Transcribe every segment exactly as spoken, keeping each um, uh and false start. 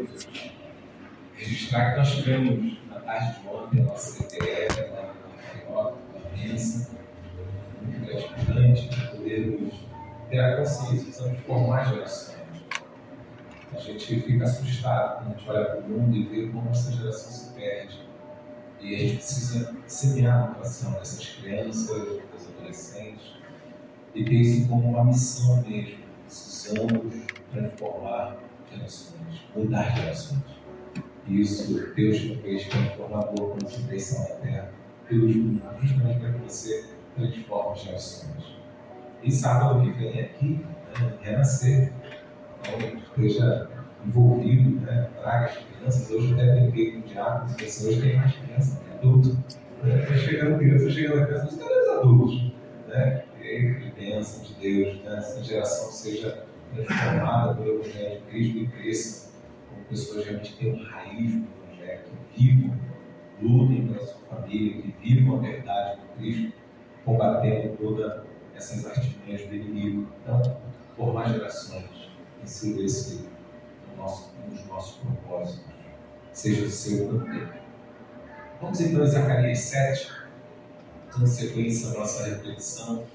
coisas. Registrar que nós tivemos na tarde de ontem a nossa C T F, lá na Carioca, na Pensa, muito gratificante de podermos ter a consciência que precisamos formar gerações. A gente fica assustado quando a gente olha para o mundo e vê como essa geração se perde. E a gente precisa semear no coração dessas crianças, das adolescentes, e ter isso como uma missão mesmo. Precisamos transformar gerações, mudar gerações. E isso Deus fez transformador quando se fez sal na terra, pelos mundos, justamente para que você transforme gerações. E sábado que vem aqui, né, renascer. Então, esteja envolvido, né? Traga as crianças. Hoje até brinquei com o diabo, se hoje tem mais criança que adulto. Está chegando criança, chegando criança, os caras adultos. Né? E que bênção de Deus, né? Essa geração seja transformada pelo Evangelho de Cristo e cresça como pessoas realmente que têm um raiz no Evangelho, que vivam, lutem pela sua família, que vivam a verdade de Cristo, combatendo todas essas artimanhas do inimigo. Então, formar gerações. Tem sido esse o nosso, um dos nossos propósitos, seja o seu também. Vamos então a Zacarias sete, dando sequência à nossa reflexão.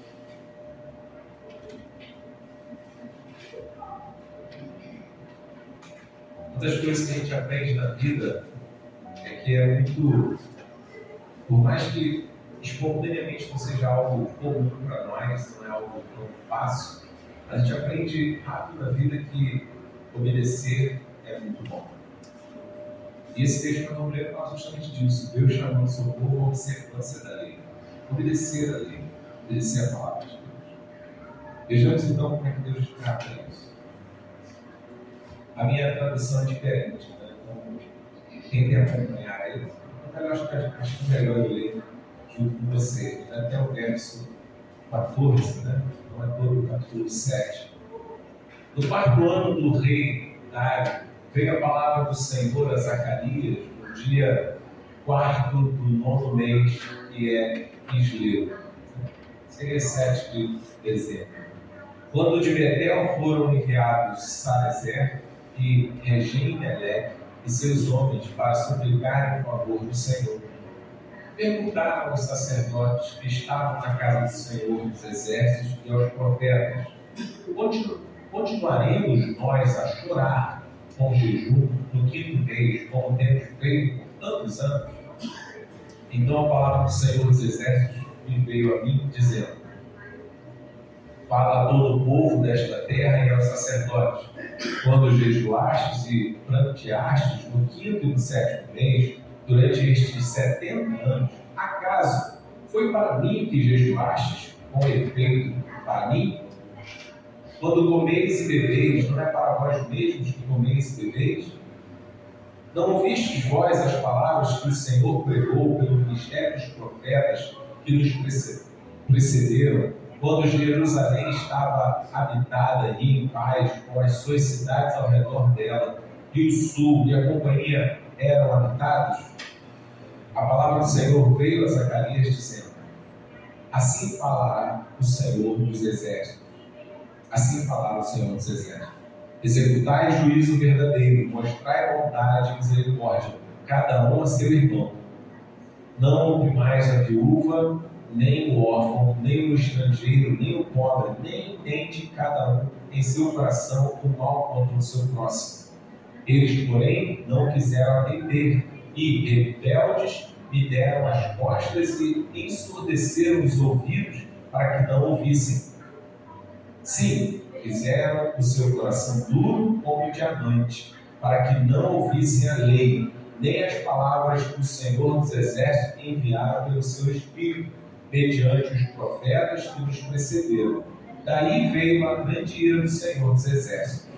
Uma das coisas que a gente aprende na vida é que é muito, por mais que espontaneamente não seja algo comum para nós, não é algo tão fácil, a gente aprende rápido na vida que obedecer é muito bom. E esse texto que eu vou ler fala justamente disso. Deus chamando o seu povo à observância da lei. Obedecer a lei. Obedecer a palavra de Deus. Vejamos então como é que Deus trata isso. A minha tradução é diferente, né? Então, tentem acompanhar aí. Então, eu acho que acho melhor eu ler junto com você. Até o verso quatorze, né? Não é todo o capítulo sete. No quarto ano do rei Dário, veio a palavra do Senhor a Zacarias, no dia quarto do nono mês, que é Quisleu. Seria sete de dezembro. Quando de Betel foram enviados Sarezer e Regem-Meleque e seus homens para suplicar em favor do Senhor, perguntaram aos sacerdotes que estavam na casa do Senhor dos Exércitos e aos profetas: continuaremos nós a chorar com jejum no quinto mês, como temos feito por tantos anos? Então a palavra do Senhor dos Exércitos me veio a mim, dizendo: fala a todo o povo desta terra e aos sacerdotes: quando jejuastes e pranteastes no quinto e no sétimo mês, durante estes setenta anos, acaso foi para mim que jejuastes, com efeito para mim? Quando comeis e bebeis, não é para vós mesmos que comeis e bebeis? Não ouvistes vós as palavras que o Senhor pregou pelo ministério dos profetas que nos precederam, quando Jerusalém estava habitada e em paz, com as suas cidades ao redor dela, e o sul e a companhia eram habitados? A palavra do Senhor veio a Zacarias dizendo: assim falará o Senhor dos Exércitos. Assim falará o Senhor dos Exércitos: executai juízo verdadeiro, mostrai bondade e misericórdia, cada um a seu irmão. Não oprimais a viúva, nem o órfão, nem o estrangeiro, nem o pobre, nem tente cada um em seu coração o mal contra o seu próximo. Eles, porém, não quiseram atender, e, rebeldes, me deram as costas e ensurdeceram os ouvidos para que não ouvissem. Sim, fizeram o seu coração duro como diamante, para que não ouvissem a lei, nem as palavras que o Senhor dos Exércitos enviara pelo seu Espírito, mediante os profetas que nos precederam. Daí veio a grande ira do Senhor dos Exércitos.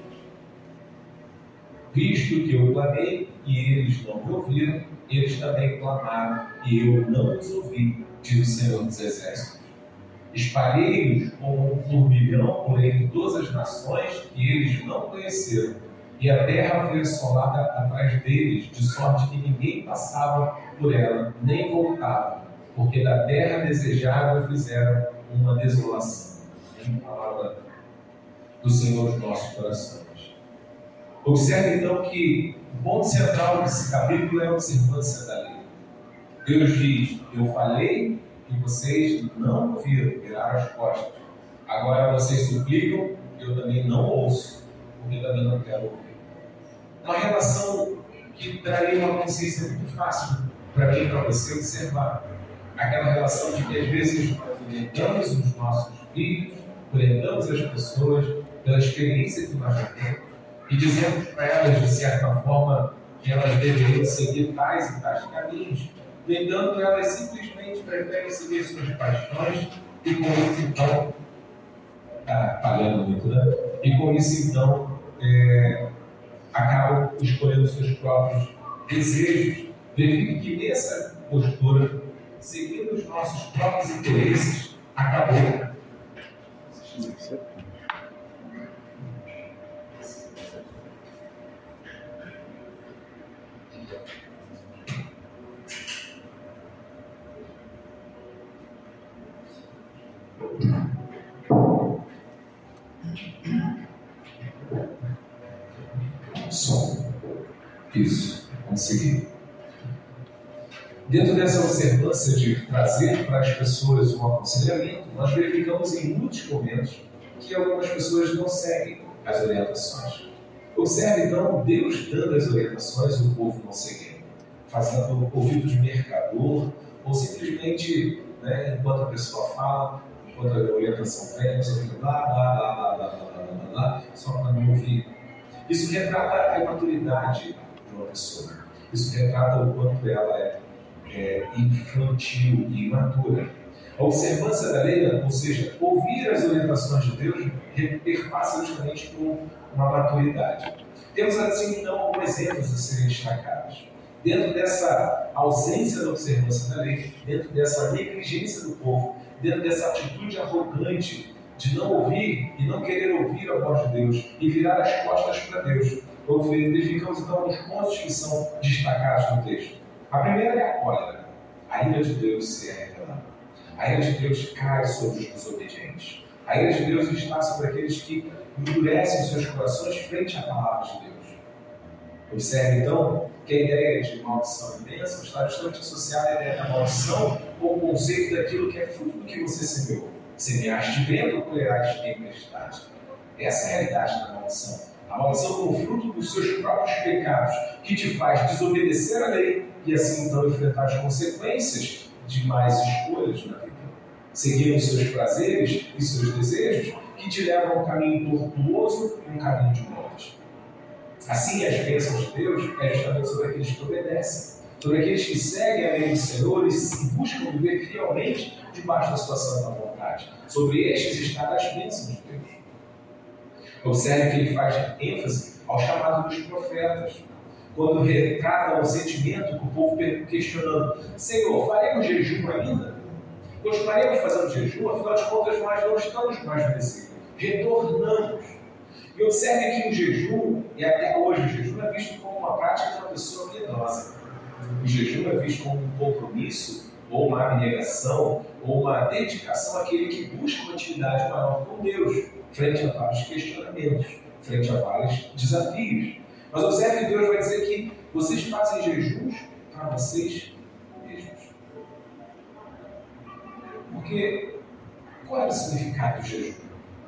Visto que eu clamei e eles não me ouviram, eles também clamaram e eu não os ouvi, diz o Senhor dos Exércitos. Espalhei-os como um turbilhão por entre todas as nações que eles não conheceram, e a terra foi assolada atrás deles, de sorte que ninguém passava por ela, nem voltava, porque da terra desejável fizeram uma desolação. Em palavra do Senhor dos nossos corações. Observe então que o ponto central desse capítulo é a observância da lei. Deus diz: eu falei e vocês não ouviram, viraram as costas. Agora vocês suplicam, eu também não ouço, porque eu também não quero ouvir. Uma relação que traria uma consciência muito fácil para mim e para você observar. Aquela relação de que às vezes nós orientamos os nossos filhos, orientamos as pessoas pela experiência que nós já temos e dizemos para elas, de certa forma, que elas deveriam seguir tais e tais caminhos. No entanto, elas simplesmente preferem seguir suas paixões e com isso, então, está falhando muito, né? E com isso, então, é, acabam escolhendo seus próprios desejos. Verifique que nessa postura, seguindo os nossos próprios interesses, acabou. Som. Isso. Consegui. Dentro dessa observância de trazer para as pessoas um aconselhamento, nós verificamos em muitos momentos que algumas pessoas não seguem as orientações. Observe então Deus dando as orientações e o povo não seguindo, fazendo ouvidos de mercador, ou simplesmente, né, enquanto a pessoa fala, enquanto a orientação vem, a pessoa fica blá, blá, blá, blá, blá, blá, blá, blá, blá, só para não ouvir. Isso retrata a imaturidade de uma pessoa. Isso retrata o quanto ela é, é infantil e imatura. A observância da lei, ou seja, ouvir as orientações de Deus, perpassa justamente por uma maturidade. Temos assim, então, alguns exemplos a serem destacados. Dentro dessa ausência da observância da lei, dentro dessa negligência do povo, dentro dessa atitude arrogante de não ouvir e não querer ouvir a voz de Deus e virar as costas para Deus, verificamos então alguns pontos que são destacados no texto. A primeira é a cólera. A ira de Deus se é revelada. A ira de Deus cai sobre os desobedientes. A ira de Deus está sobre aqueles que endurecem seus corações frente à palavra de Deus. Observe então que a ideia de maldição e bênção está justamente associada à ideia da maldição ou o conceito daquilo que é fruto do que você semeou. Semeaste vento, colherás tempestade. Essa é a realidade da maldição. A maldição como fruto dos seus próprios pecados, que te faz desobedecer a lei e assim então enfrentar as consequências de mais escolhas na vida. Seguir os seus prazeres e seus desejos, que te levam a um caminho tortuoso e um caminho de morte. Assim, as bênçãos de Deus é justamente sobre aqueles que obedecem, sobre aqueles que seguem a lei do Senhor e se buscam viver fielmente debaixo da sua santa vontade. Sobre estes está as bênçãos de Deus. Observe que ele faz ênfase ao chamado dos profetas, quando retrata o sentimento que o povo questionando: Senhor, faremos jejum ainda? Gostaríamos de fazer um jejum, afinal de contas nós não estamos mais no exílio, retornamos. E observe que o jejum, e até hoje o jejum é visto como uma prática de uma pessoa piedosa. O jejum é visto como um compromisso, ou uma abnegação, ou uma dedicação àquele que busca uma intimidade maior com Deus, frente a vários questionamentos, frente a vários desafios. Mas observe que Deus vai dizer que vocês fazem jejuns para vocês mesmos. Porque qual é o significado do jejum?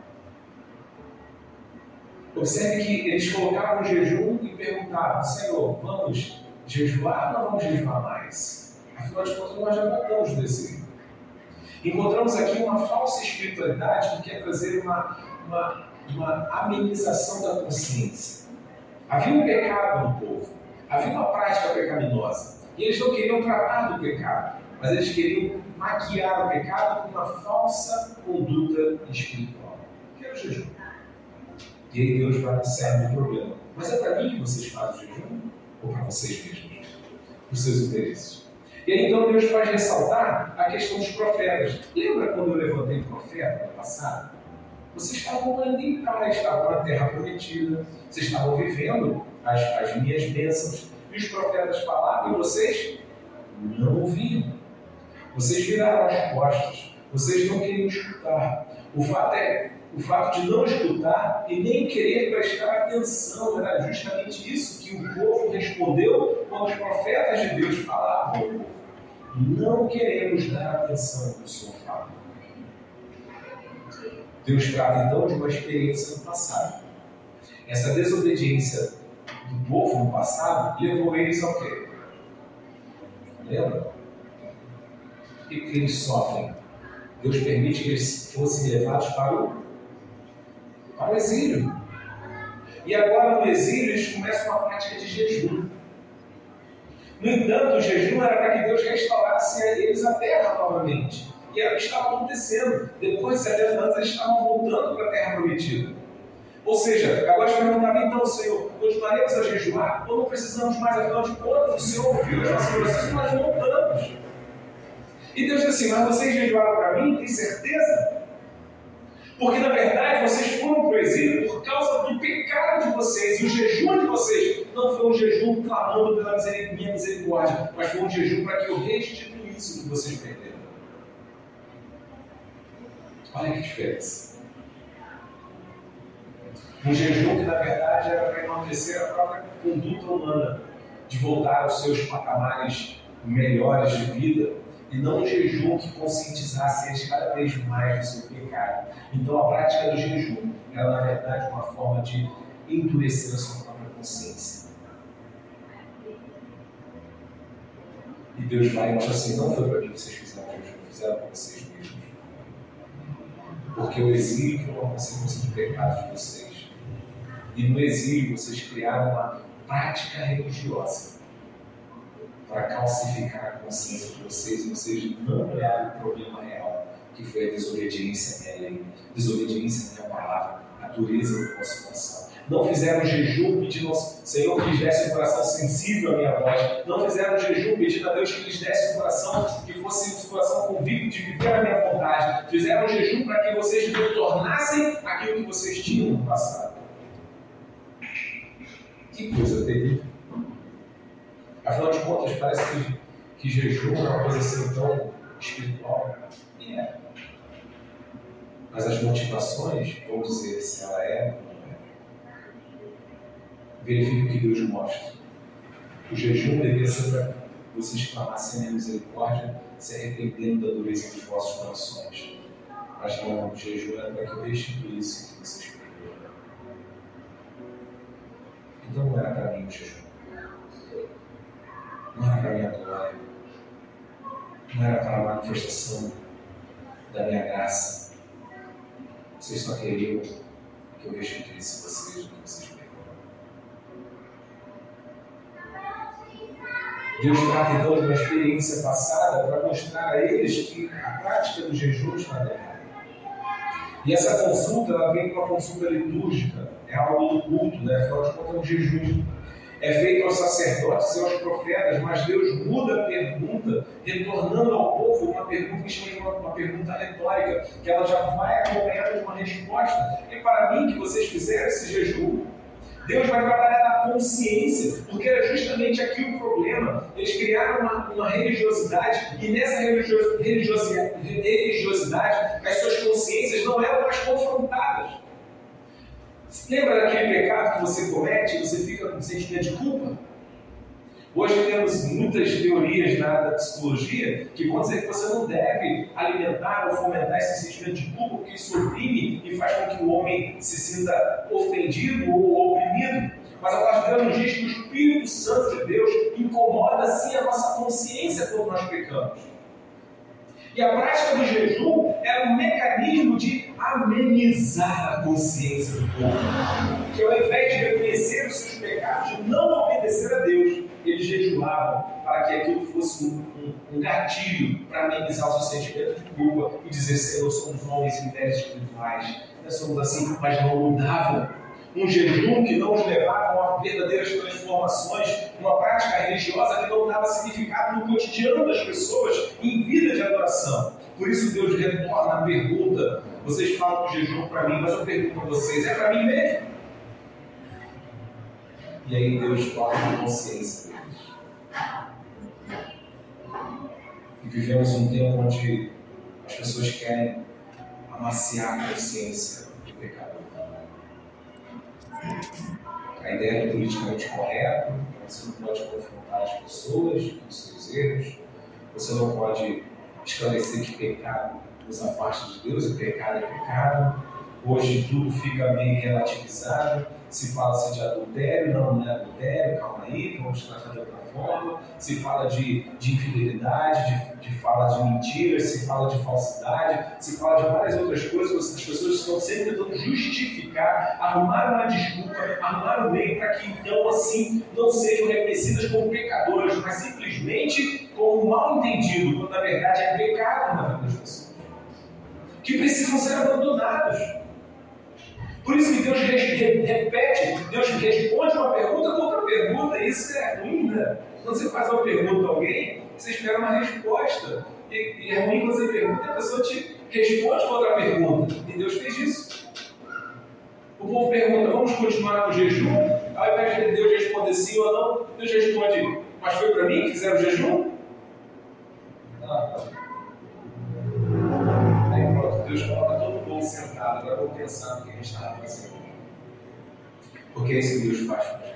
Observe que eles colocavam o jejum e perguntavam: Senhor, vamos jejuar ou não vamos jejuar mais? Afinal de contas, nós já voltamos do exílio. Encontramos aqui uma falsa espiritualidade que quer trazer uma, uma, uma amenização da consciência. Havia um pecado no povo, havia uma prática pecaminosa, e eles não queriam tratar do pecado, mas eles queriam maquiar o pecado com uma falsa conduta espiritual, que era o jejum. E aí Deus vai no cerne do problema. Mas é para mim que vocês fazem o jejum? Ou para vocês mesmos? Os seus interesses. E aí então Deus faz ressaltar a questão dos profetas. Lembra quando eu levantei o profeta no passado? Vocês estavam andando em paz, estavam na terra prometida, vocês estavam vivendo as, as minhas bênçãos, e os profetas falavam e vocês não ouviam. Vocês viraram as costas, vocês não queriam escutar. O fato é o fato de não escutar e nem querer prestar atenção. Era justamente isso que o povo respondeu quando os profetas de Deus falavam. Não queremos dar atenção ao que o Senhor fala. Deus trata então de uma experiência do passado. Essa desobediência do povo no passado levou eles ao quê? Lembra? O que eles sofrem? Deus permite que eles fossem levados para o, para o exílio. E agora no exílio eles começam uma prática de jejum. No entanto, o jejum era para que Deus restaurasse a eles a terra novamente. E era o que estava acontecendo. Depois de setenta anos eles estavam voltando para a terra prometida. Ou seja, agora eles perguntavam, então, Senhor, continuaremos a jejuar ou não precisamos mais, afinal de contas, o Senhor ouviu as nossas orações e nós voltamos. E Deus disse assim, mas vocês jejuaram para mim, tem certeza? Porque na verdade vocês foram para o exílio por causa do pecado de vocês. E o jejum de vocês não foi um jejum clamando pela minha misericórdia, mas foi um jejum para que eu restituísse o que vocês perderam. Olha que diferença. Um jejum que na verdade era para enaltecer a própria conduta humana, de voltar aos seus patamares melhores de vida, e não um jejum que conscientizasse eles cada vez mais do seu pecado. Então a prática do jejum era na verdade uma forma de endurecer a sua própria consciência. E Deus vai e diz assim, não foi para mim que vocês fizeram jejum, fizeram para vocês mesmos. Porque o exílio foi uma consequência do pecado de vocês. E no exílio vocês criaram uma prática religiosa para calcificar a consciência de vocês, e vocês não olharam o problema real, que foi a desobediência à minha lei, desobediência à minha palavra, a dureza do vosso coração. Não fizeram jejum pedindo ao Senhor que lhes desse um coração sensível à minha voz. Não fizeram jejum pedindo a Deus que lhes desse um coração que fosse um coração convicto de viver a minha vontade. Fizeram jejum para que vocês retornassem aquilo que vocês tinham no passado. Que coisa terrível. Afinal de contas, parece que, que jejum é uma coisa assim tão espiritual. E é. Mas as motivações, vou dizer se ela é ou não é. Verifique o que Deus mostra. O jejum deveria ser para que vocês clamassem a misericórdia, se arrependendo da dureza dos vossos corações. Mas não, o jejum era para que eu restituísse o que vocês perderam. Então não era para mim o jejum. Não era para a minha glória. Não era para a manifestação da minha graça. Vocês só queriam que eu restituísse vocês do que vocês perderam. Deus trata então de uma experiência passada para mostrar a eles que a prática do jejum está errada. E essa consulta, ela vem com uma consulta litúrgica, é algo do culto, né? Afinal de contas, é um jejum. É feito aos sacerdotes e aos profetas, mas Deus muda a pergunta, retornando ao povo uma pergunta que chama uma, uma pergunta retórica, que ela já vai acompanhada de uma resposta. É para mim que vocês fizeram esse jejum. Deus vai trabalhar na consciência, porque era justamente aqui o problema. Eles criaram uma, uma religiosidade, e nessa religio, religiosidade, religiosidade as suas consciências não eram mais confrontadas. Lembra daquele pecado que você comete e você fica com sentimento de culpa? Hoje temos muitas teorias na área da psicologia que vão dizer que você não deve alimentar ou fomentar esse sentimento de culpa, porque isso oprime e faz com que o homem se sinta ofendido ou oprimido. Mas a palavra de Deus nos diz que o Espírito Santo de Deus incomoda sim a nossa consciência quando nós pecamos. E a prática do jejum era um mecanismo de amenizar a consciência do povo. Que ao invés de reconhecer os seus pecados, de não obedecer a Deus, eles jejuavam para que aquilo fosse um, um, um gatilho para amenizar o seu sentimento de culpa e dizer, Senhor, somos homens e mulheres espirituais, nós somos assim, mas não mudavam. Um jejum que não os levava a verdadeiras transformações, uma prática religiosa que não dava significado no cotidiano das pessoas em vida de adoração. Por isso Deus retorna a pergunta, vocês falam de jejum para mim, mas eu pergunto a vocês, é para mim mesmo? E aí Deus toca a consciência deles. E vivemos um tempo onde as pessoas querem amaciar a consciência pecador. A ideia do politicamente correto, você não pode confrontar as pessoas com os seus erros, você não pode esclarecer que pecado nos afasta de Deus, e pecado é pecado. Hoje tudo fica meio relativizado. Se fala-se de adultério, não, não é adultério, calma aí, vamos tratar de outra forma. Se fala de, de infidelidade, de, de fala de mentiras, se fala de falsidade, se fala de várias outras coisas. As pessoas estão sempre tentando justificar, arrumar uma desculpa, arrumar um meio para que então assim não sejam reconhecidas como pecadoras, mas simplesmente como mal entendido, quando na verdade é pecado na vida das pessoas, que precisam ser abandonados. Por isso que Deus repete, Deus responde uma pergunta com outra pergunta, e isso é ruim, né? Quando você faz uma pergunta a alguém, você espera uma resposta. E, e é ruim quando você pergunta e a pessoa te responde com outra pergunta. E Deus fez isso. O povo pergunta, vamos continuar com o jejum? Ao invés de Deus responder sim ou não, Deus responde, mas foi para mim que fizeram o jejum? Ah, tá. Aí pronto, Deus coloca todo mundo sentado. Agora vamos pensar no que a gente estava fazendo. Porque é isso que Deus faz com a gente.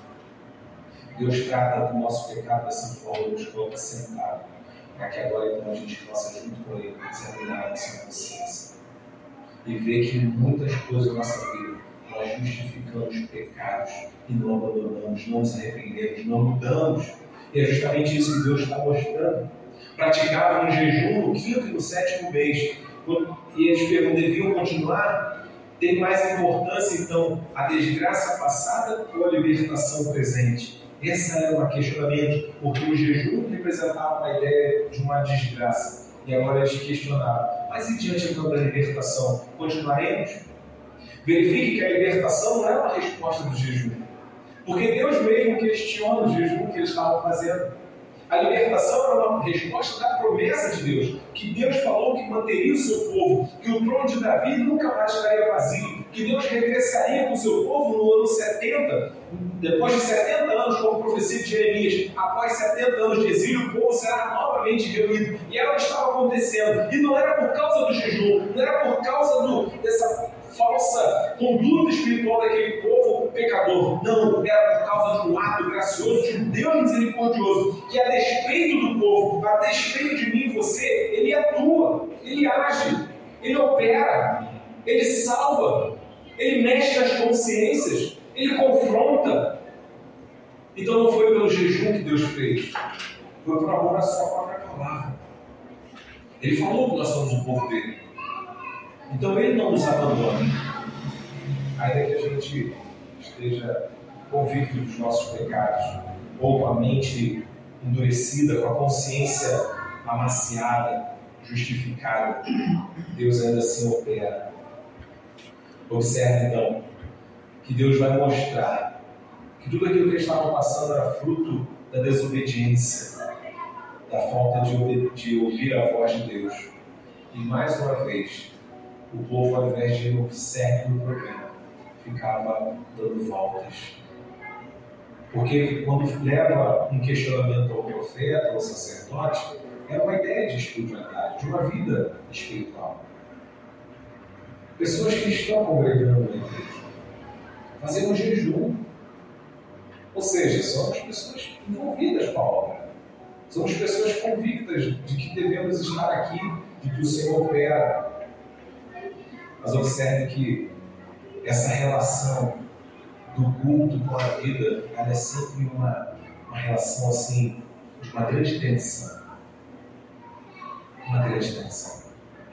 Deus trata do nosso pecado dessa forma, nos coloca sentado, para que agora então a gente possa, junto com Ele, examinar a nossa consciência e ver que em muitas coisas da nossa vida nós justificamos pecados e não abandonamos, não nos arrependemos, não mudamos. E é justamente isso que Deus está mostrando. Praticavam um jejum no quinto e no sétimo mês. E eles perguntam, deviam continuar? Tem mais importância, então, a desgraça passada ou a libertação presente? Esse era um questionamento, porque o jejum representava uma ideia de uma desgraça. E agora eles questionavam, mas e diante então da libertação, continuaremos? Verifique que a libertação não é uma resposta do jejum. Porque Deus mesmo questiona o jejum que eles estavam fazendo. A libertação era uma resposta da promessa de Deus, que Deus falou que manteria o seu povo, que o trono de Davi nunca mais estaria vazio, que Deus regressaria com o seu povo no ano setenta, depois de setenta anos, como profecia de Jeremias, após setenta anos de exílio, o povo será novamente reunido. E era o que estava acontecendo. E não era por causa do jejum, não era por causa do, dessa falsa conduta espiritual daquele povo pecador. Não, era por causa de um ato gracioso de um Deus misericordioso, que a despeito do povo, a despeito de mim e você, Ele atua, Ele age, Ele opera, Ele salva, Ele mexe nas consciências, Ele confronta. Então não foi pelo jejum que Deus fez, foi por amor à sua própria palavra. Ele falou que nós somos o povo dele. Então Ele não nos abandona, ainda que a gente esteja convicto dos nossos pecados, ou com a mente endurecida, com a consciência amaciada, justificada. Deus ainda assim opera. Observe então que Deus vai mostrar que tudo aquilo que eles estavam passando era fruto da desobediência, da falta de, de ouvir a voz de Deus. E mais uma vez, o povo, ao invés de ir no cerne do problema, ficava dando voltas. Porque quando leva um questionamento ao profeta, ao sacerdote, é uma ideia de espiritualidade, de uma vida espiritual. Pessoas que estão congregando na igreja, fazendo um jejum. Ou seja, somos pessoas envolvidas com a obra. Somos pessoas convictas de que devemos estar aqui, de que o Senhor opera. Mas observe que essa relação do culto com a vida, ela é sempre uma, uma relação assim, de uma grande tensão. Uma grande tensão.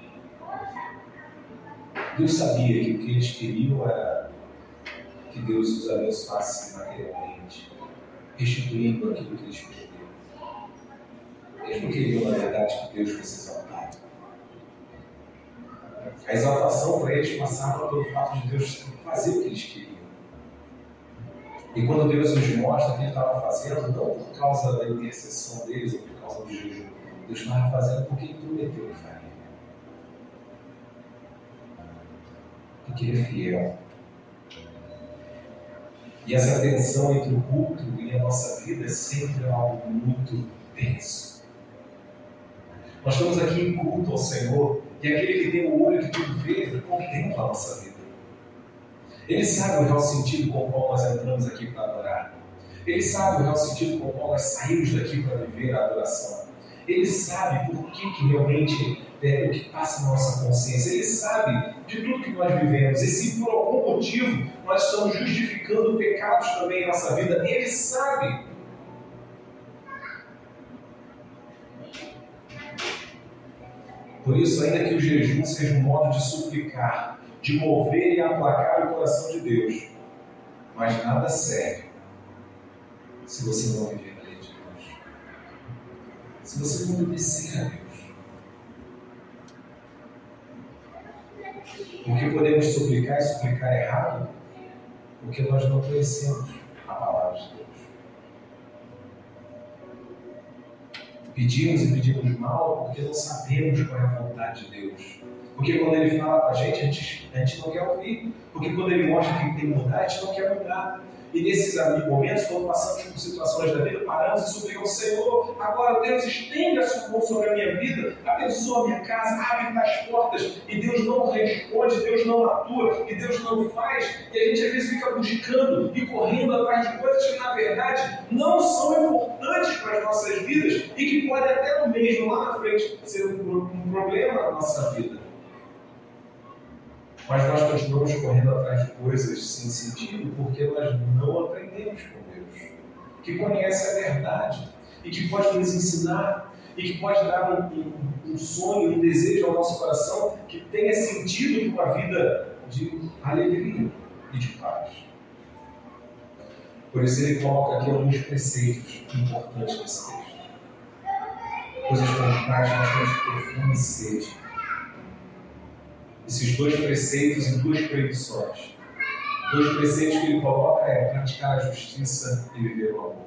Deus sabia que o que eles queriam era que Deus os abençoasse materialmente, restituindo aquilo que eles perderam. Eles não queriam, na verdade, que Deus fosse exaltado. A exaltação para eles passava pelo fato de Deus fazer o que eles queriam. E quando Deus nos mostra o que Ele estava fazendo, não por causa da intercessão deles ou por causa do jejum, Deus estava fazendo porque Ele prometeu que faria. Porque Ele é fiel. E essa tensão entre o culto e a nossa vida é sempre algo muito tenso. Nós estamos aqui em culto ao Senhor, e aquele que tem o olho que tudo vê, contempla a nossa vida. Ele sabe o real sentido com o qual nós entramos aqui para adorar. Ele sabe o real sentido com o qual nós saímos daqui para viver a adoração. Ele sabe por que, que realmente é o que passa na nossa consciência. Ele sabe de tudo que nós vivemos. E se por algum motivo nós estamos justificando pecados também em nossa vida, Ele sabe. Por isso, ainda que o jejum seja um modo de suplicar, de mover e aplacar o coração de Deus, mas nada serve se você não viver na lei de Deus. Se você não obedecer a Deus. Porque podemos suplicar e suplicar errado, porque nós não conhecemos a palavra de Deus. Pedimos e pedimos mal porque não sabemos qual é a vontade de Deus. Porque quando Ele fala para a gente, a gente, a gente não quer ouvir. Porque quando Ele mostra que tem que mudar, a gente não quer mudar. E nesses momentos, quando passamos por situações da vida, paramos e suplicamos: Senhor, agora Deus, estende a sua mão sobre a minha vida, abençoa a minha casa, abre as portas. E Deus não responde, Deus não atua, e Deus não faz. E a gente às vezes fica buscando e correndo atrás de coisas que na verdade não são importantes para as nossas vidas e que podem até no mesmo lá na frente ser um, um problema na nossa vida. Mas nós continuamos correndo atrás de coisas sem sentido porque nós não aprendemos com Deus, que conhece a verdade e que pode nos ensinar e que pode dar um, um, um sonho, um desejo ao nosso coração que tenha sentido para uma vida de alegria e de paz. Por isso ele coloca aqui alguns preceitos importantes nesse texto. Coisas com as quais nós temos que ter fome e sede. Esses dois preceitos e duas proibições. Dois preceitos que ele coloca é praticar a justiça e viver o amor.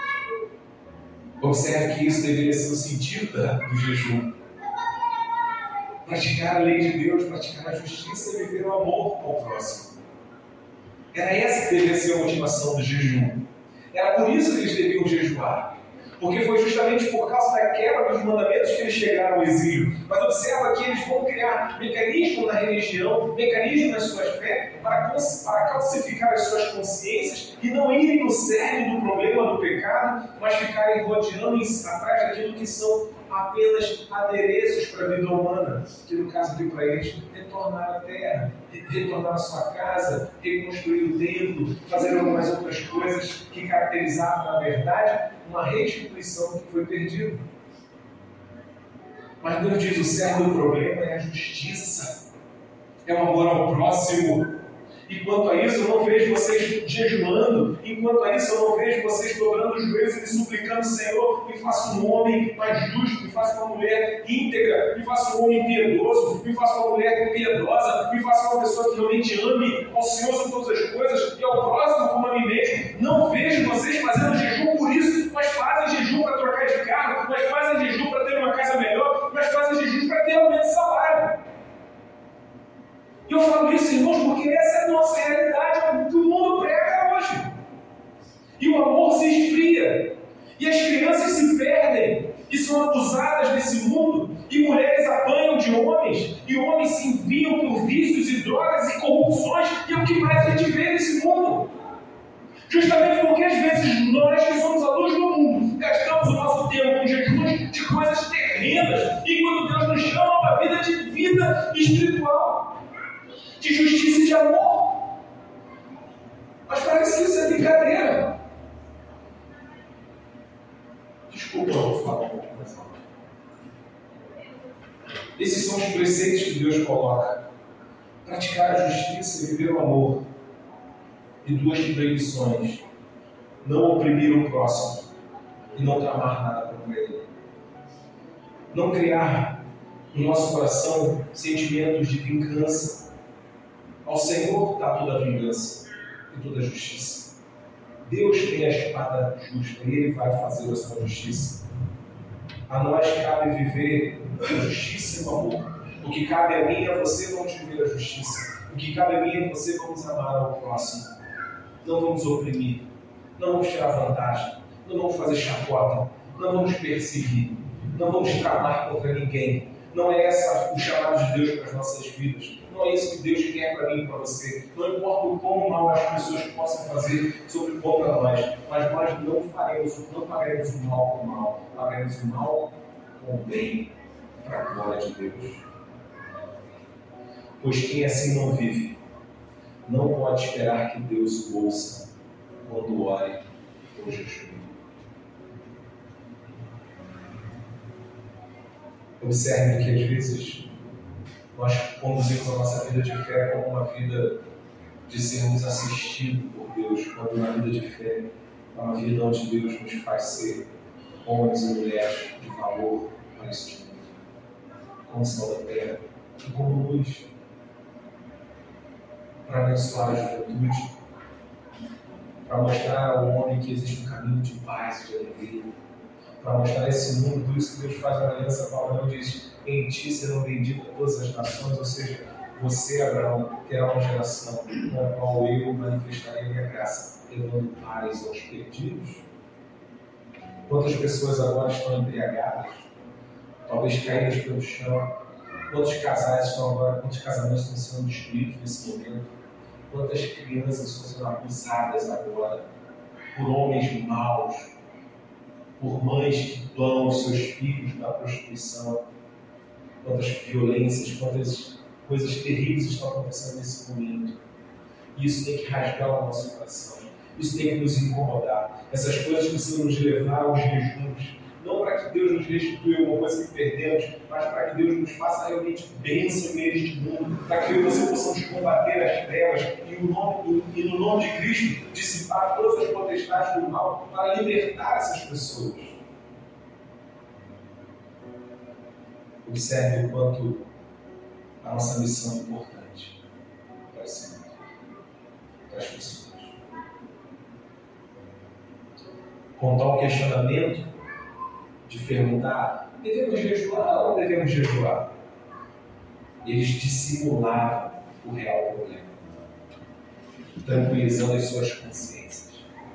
Observe que isso deveria ser o sentido do jejum. Praticar a lei de Deus, praticar a justiça e viver o amor ao próximo. Era essa que deveria ser a motivação do jejum. Era por isso que eles deviam jejuar. Porque foi justamente por causa da quebra dos mandamentos que eles chegaram ao exílio. Mas observa que eles vão criar mecanismos na religião, mecanismos nas suas fés, para, para calcificar as suas consciências e não irem no cerne do problema do pecado, mas ficarem rodeando atrás daquilo que são apenas adereços para a vida humana, que no caso aqui para eles, retornar à terra, retornar à sua casa, reconstruir o templo, fazer algumas outras coisas que caracterizavam, na verdade, uma restituição que foi perdida. Mas Deus diz: o cerne do problema é a justiça, é o amor ao próximo. E quanto a isso, eu não vejo vocês jejuando. Enquanto a isso, eu não vejo vocês dobrando os joelhos e me suplicando: Senhor, me faça um homem mais justo, me faça uma mulher íntegra, me faça um homem piedoso, me faça uma mulher piedosa, me faça uma pessoa que realmente ame ao Senhor sobre todas as coisas e ao próximo como a mim mesmo. Não vejo vocês fazendo jejum por isso, mas fazem jejum para trocar de carro, mas fazem jejum para ter uma casa melhor, mas fazem jejum para ter aumento de salário. E eu falo isso, irmãos, porque essa é a nossa realidade, é o que o mundo prega hoje. E o amor se esfria. E as crianças se perdem e são abusadas nesse mundo. E mulheres apanham de homens. E homens se enviam por vícios e drogas e corrupções. E é o que mais a gente vê nesse mundo. Justamente porque às vezes nós que somos a luz do mundo gastamos o nosso tempo com jejuns de coisas terrenas. E quando Deus nos chama para a vida de vida espiritual, de justiça e de amor. Mas parece que isso é brincadeira. Desculpa, eu vou falar um pouco mais alto. Esses são os preceitos que Deus coloca. Praticar a justiça e viver o amor. E duas proibições: não oprimir o próximo e não tramar nada contra ele. Não criar no nosso coração sentimentos de vingança. Ao Senhor está toda a vingança e toda a justiça. Deus tem a espada justa e Ele vai fazer a sua justiça. A nós cabe viver a justiça e o amor. O que cabe a mim e a você, vamos viver a justiça. O que cabe a mim e a você, vamos amar ao próximo. Não vamos oprimir. Não vamos tirar vantagem. Não vamos fazer chacota. Não vamos perseguir. Não vamos tramar contra ninguém. Não é essa o chamado de Deus para as nossas vidas. Não é isso que Deus quer para mim e para você. Não importa o quão mal as pessoas possam fazer sobre contra nós, mas nós não faremos, não faremos o mal com o mal, faremos o mal com o bem, para a glória de Deus. Pois quem assim não vive, não pode esperar que Deus o ouça quando ore ou jejue. Observe que às vezes nós conduzimos a nossa vida de fé como uma vida de sermos assistidos por Deus, quando na vida de fé é uma vida onde Deus nos faz ser homens e mulheres de valor para este mundo, como sal da terra e como luz, para abençoar a juventude, para mostrar ao homem que existe um caminho de paz e de alegria, para mostrar a esse mundo, por isso que Deus faz a aliança com Abraão e diz: em ti serão benditas todas as nações, ou seja, você, Abraão, terá uma geração com a qual eu manifestarei a minha graça, levando paz aos perdidos. Quantas pessoas agora estão embriagadas, talvez caídas pelo chão? Quantos casais estão agora, quantos casamentos estão sendo destruídos nesse momento? Quantas crianças estão sendo abusadas agora por homens maus, por mães que dão os seus filhos para a prostituição? Quantas violências, quantas coisas terríveis estão acontecendo nesse momento. E isso tem que rasgar o nosso coração. Isso tem que nos incomodar. Essas coisas precisam nos levar aos jejuns. Não para que Deus nos restituya alguma coisa que perdemos, mas para que Deus nos faça realmente bênção neste mundo, para que eu e você possamos combater as trevas e, o nome, e, e no nome de Cristo dissipar todas as potestades do mal para libertar essas pessoas. Observe o quanto a nossa missão é importante para esse mundo, para as pessoas. Com tal questionamento de perguntar: devemos jejuar ou não devemos jejuar? Eles dissimulavam o real problema, tranquilizando as suas consciências,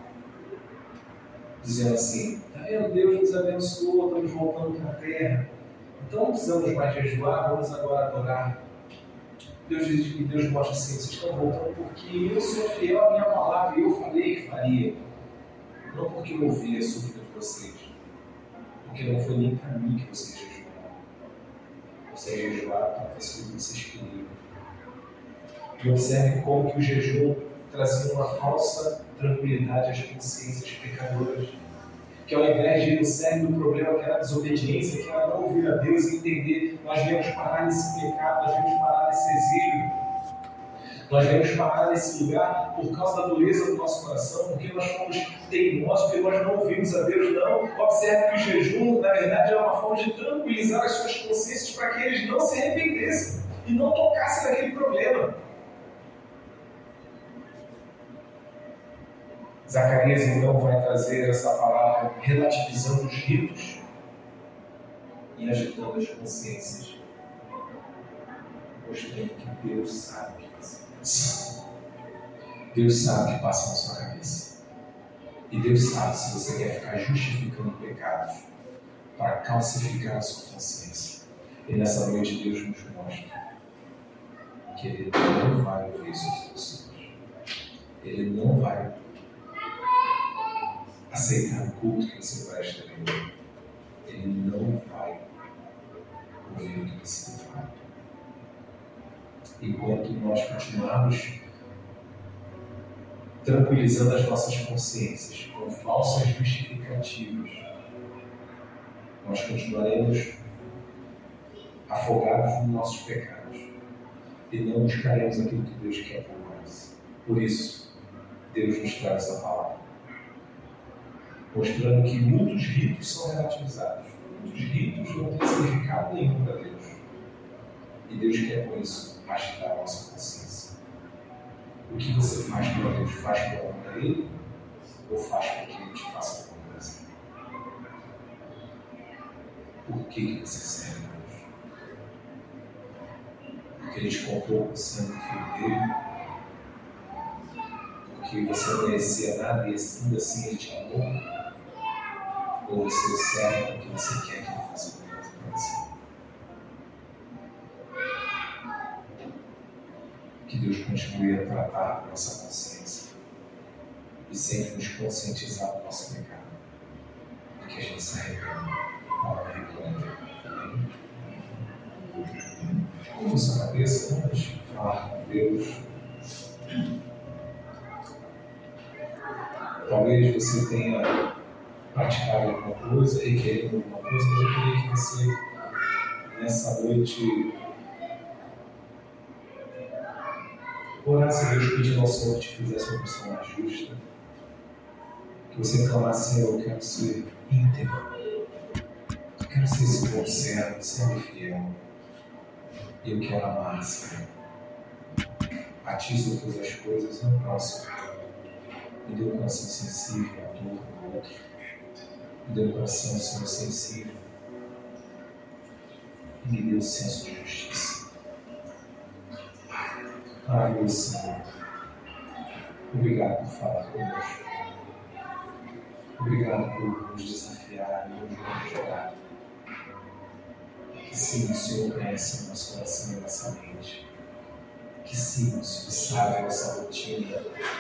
dizendo assim: está vendo, Deus nos abençoou, estamos voltando para a terra, então não precisamos mais jejuar, vamos agora adorar. Deus diz que Deus mostra assim: vocês estão voltando porque eu sou fiel à minha palavra e eu falei que faria, não porque eu ouvi a súplica de vocês, porque não foi nem para mim que vocês jejuaram. Vocês jejuaram para fazer o que vocês queriam. E observe como que o jejum trazia uma falsa tranquilidade às consciências pecadoras, que ao invés de ir no cerne do problema, que era a desobediência, que era não ouvir a Deus e entender, nós viemos parar nesse pecado, nós viemos parar nesse exílio, nós viemos parar nesse lugar por causa da dureza do nosso coração, porque nós fomos teimosos, porque nós não ouvimos a Deus. Não. Observe que o jejum, na verdade, é uma forma de tranquilizar as suas consciências para que eles não se arrependessem e não tocassem naquele problema. Zacarias, então, vai trazer essa palavra relativizando os ritos e agitando as consciências, mostrando que Deus sabe o que você pensa. Deus sabe o que passa na sua cabeça. E Deus sabe se você quer ficar justificando pecados para calcificar a sua consciência. E nessa noite Deus nos mostra que Ele não vai ouvir suas pessoas. Ele não vai aceitar o culto que você presta a Ele. Ele não vai ouvir o que você fala. Enquanto nós continuarmos tranquilizando as nossas consciências com falsas justificativas, nós continuaremos afogados nos nossos pecados e não buscaremos aquilo que Deus quer por nós. Por isso, Deus nos traz essa palavra, mostrando que muitos ritos são relativizados, muitos ritos não têm significado nenhum para Deus. E Deus quer com isso agitar a nossa consciência. O que você faz para Deus? Faz para honrar Ele ou faz para que Ele te faça alguma coisa? Por que, que você serve a Deus? Porque Ele te comprou com o sangue do Filho dele? Porque você não merecia nada e ainda assim Ele te amou? Ou você serve porque você quer que Ele faça alguma coisa para você? continue a tratar a nossa consciência e sempre nos conscientizar do nosso pecado, para que a gente se arrependa, não arrependa. Amém? Curva sua cabeça, vamos falar com Deus. Talvez você tenha praticado alguma coisa, requerendo alguma coisa, mas eu queria que você, nessa noite, orasse a Deus, pedindo ao Senhor que te fizesse uma pessoa mais justa. Que você clamasse: Senhor, eu quero ser íntegro. Eu quero ser esse bom servo, sempre fiel. E eu quero amar, Senhor. A Ti sobre todas as coisas, não próximo. Me dê um coração sensível à dor do outro. Me dê um coração, Senhor, sensível. E me dê o senso de justiça. Maravilhoso, Senhor. Obrigado por falar conosco. Obrigado por nos desafiar e nos encorajar. Que sim, o Senhor conhece o nosso coração e a nossa mente. Que sim, o Senhor sabe a nossa rotina.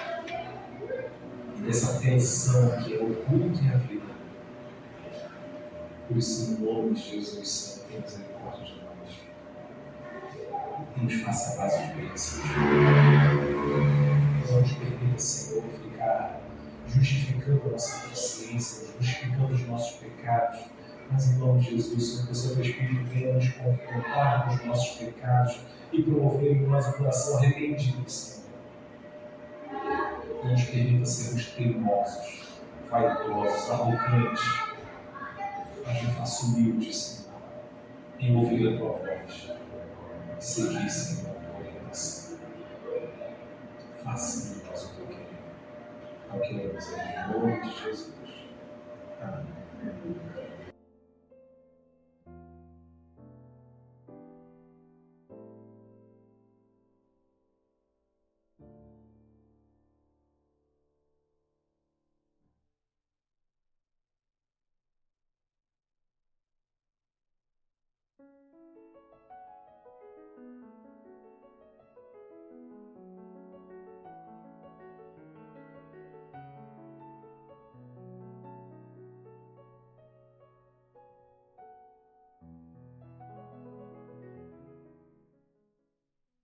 E dessa tensão que é o culto e a vida. Por isso, no nome de Jesus, Senhor, tenha misericórdia de nós. E nos faça a base de bênçãos. Não nos permita, Senhor, ficar justificando a nossa consciência, justificando os nossos pecados. Mas, em nome de Jesus, Senhor, que o Santo Espírito venha nos confrontar com os nossos pecados e promover em nós um coração arrependido, Senhor. Não nos permita sermos teimosos, vaidosos, arrogantes, mas nos faça humildes, Senhor, em ouvir a Tua voz e seguir, Senhor, a Tua orientação. Faça em nós o que eu quero. É o que eu quero dizer, em nome de Jesus.